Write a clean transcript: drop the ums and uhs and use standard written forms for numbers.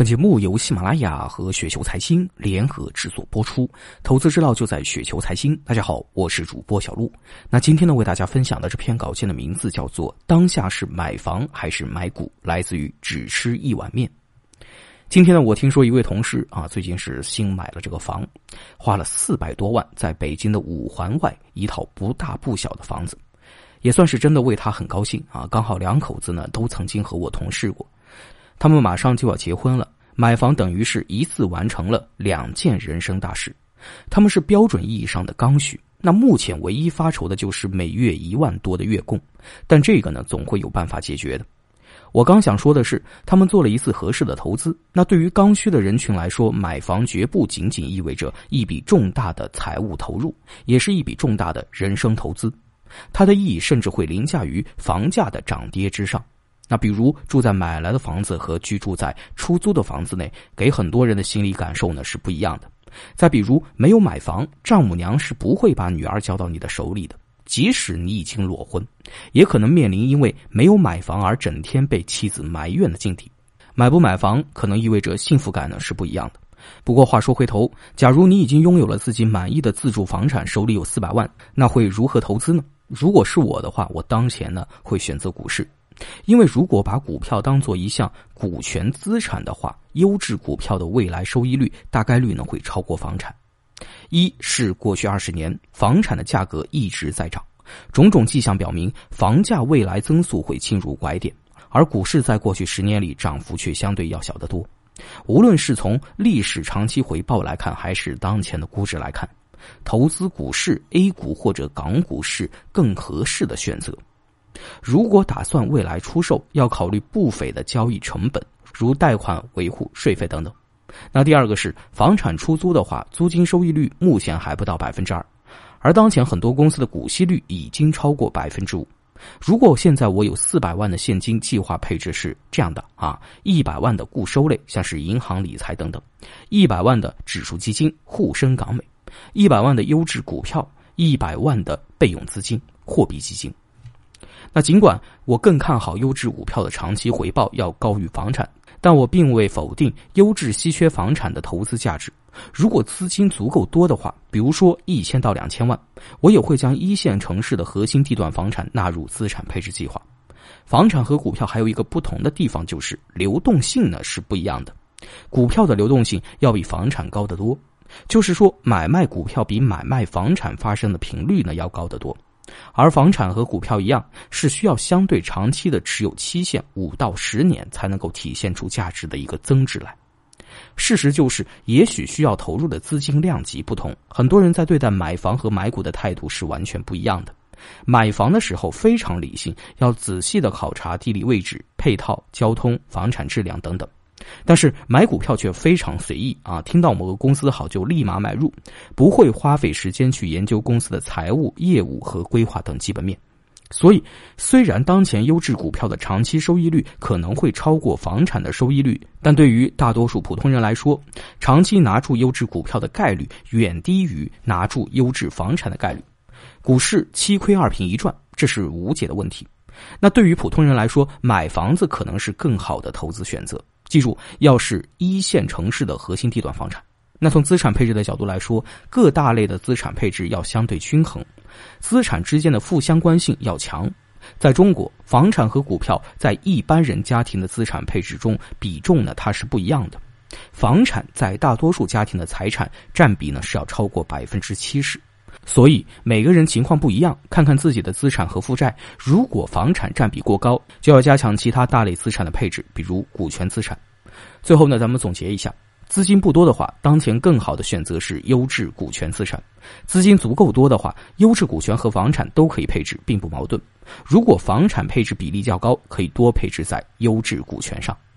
本节目由喜马拉雅和雪球财经联合制作播出，投资之道就在雪球财经。大家好，我是主播小璐。那今天呢，为大家分享的这篇稿件的名字叫做当下是买房还是买股，来自于只吃一碗面。今天呢，我听说一位同事最近是新买了这个房，花了400多万，在北京的5环外一套不大不小的房子，也算是真的为他很高兴刚好两口子呢都曾经和我同事过，他们马上就要结婚了，买房等于是一次完成了2件人生大事。他们是标准意义上的刚需，那目前唯一发愁的就是每月1万多的月供，但这个呢总会有办法解决的。我刚想说的是，他们做了一次合适的投资，那对于刚需的人群来说，买房绝不仅仅意味着一笔重大的财务投入，也是一笔重大的人生投资，它的意义甚至会凌驾于房价的涨跌之上。那比如住在买来的房子和居住在出租的房子内，给很多人的心理感受呢是不一样的。再比如没有买房，丈母娘是不会把女儿交到你的手里的，即使你已经裸婚，也可能面临因为没有买房而整天被妻子埋怨的境地。买不买房可能意味着幸福感呢是不一样的。不过话说回头，假如你已经拥有了自己满意的自住房产，手里有400万，那会如何投资呢？如果是我的话，我当前呢会选择股市。因为如果把股票当作一项股权资产的话，优质股票的未来收益率大概率呢会超过房产。一是过去20年房产的价格一直在涨，种种迹象表明房价未来增速会进入拐点，而股市在过去10年里涨幅却相对要小得多。无论是从历史长期回报来看，还是当前的估值来看，投资股市 A 股或者港股是更合适的选择。如果打算未来出售，要考虑不菲的交易成本，如贷款、维护、税费等等。那第二个是房产出租的话，租金收益率目前还不到 2%， 而当前很多公司的股息率已经超过 5%。 如果现在我有400万的现金，计划配置是这样的100万的固收类，像是银行理财等等，100万的指数基金、沪深港美，100万的优质股票，100万的备用资金、货币基金。那尽管我更看好优质股票的长期回报要高于房产，但我并未否定优质稀缺房产的投资价值。如果资金足够多的话，比如说1000到2000万，我也会将1线城市的核心地段房产纳入资产配置计划。房产和股票还有一个不同的地方，就是流动性呢是不一样的。股票的流动性要比房产高得多，就是说买卖股票比买卖房产发生的频率呢要高得多。而房产和股票一样，是需要相对长期的持有期限5到10年才能够体现出价值的一个增值来。事实就是，也许需要投入的资金量级不同，很多人在对待买房和买股的态度是完全不一样的。买房的时候非常理性，要仔细的考察地理位置、配套、交通、房产质量等等。但是买股票却非常随意听到某个公司好就立马买入，不会花费时间去研究公司的财务、业务和规划等基本面。所以虽然当前优质股票的长期收益率可能会超过房产的收益率，但对于大多数普通人来说，长期拿住优质股票的概率远低于拿住优质房产的概率。股市7亏2平1赚，这是无解的问题。那对于普通人来说，买房子可能是更好的投资选择。记住，要是1线城市的核心地段房产。那从资产配置的角度来说，各大类的资产配置要相对均衡，资产之间的负相关性要强。在中国，房产和股票在一般人家庭的资产配置中比重呢它是不一样的。房产在大多数家庭的财产占比呢是要超过 70%。所以每个人情况不一样，看看自己的资产和负债，如果房产占比过高，就要加强其他大类资产的配置，比如股权资产。最后呢，咱们总结一下，资金不多的话，当前更好的选择是优质股权资产。资金足够多的话，优质股权和房产都可以配置，并不矛盾。如果房产配置比例较高，可以多配置在优质股权上。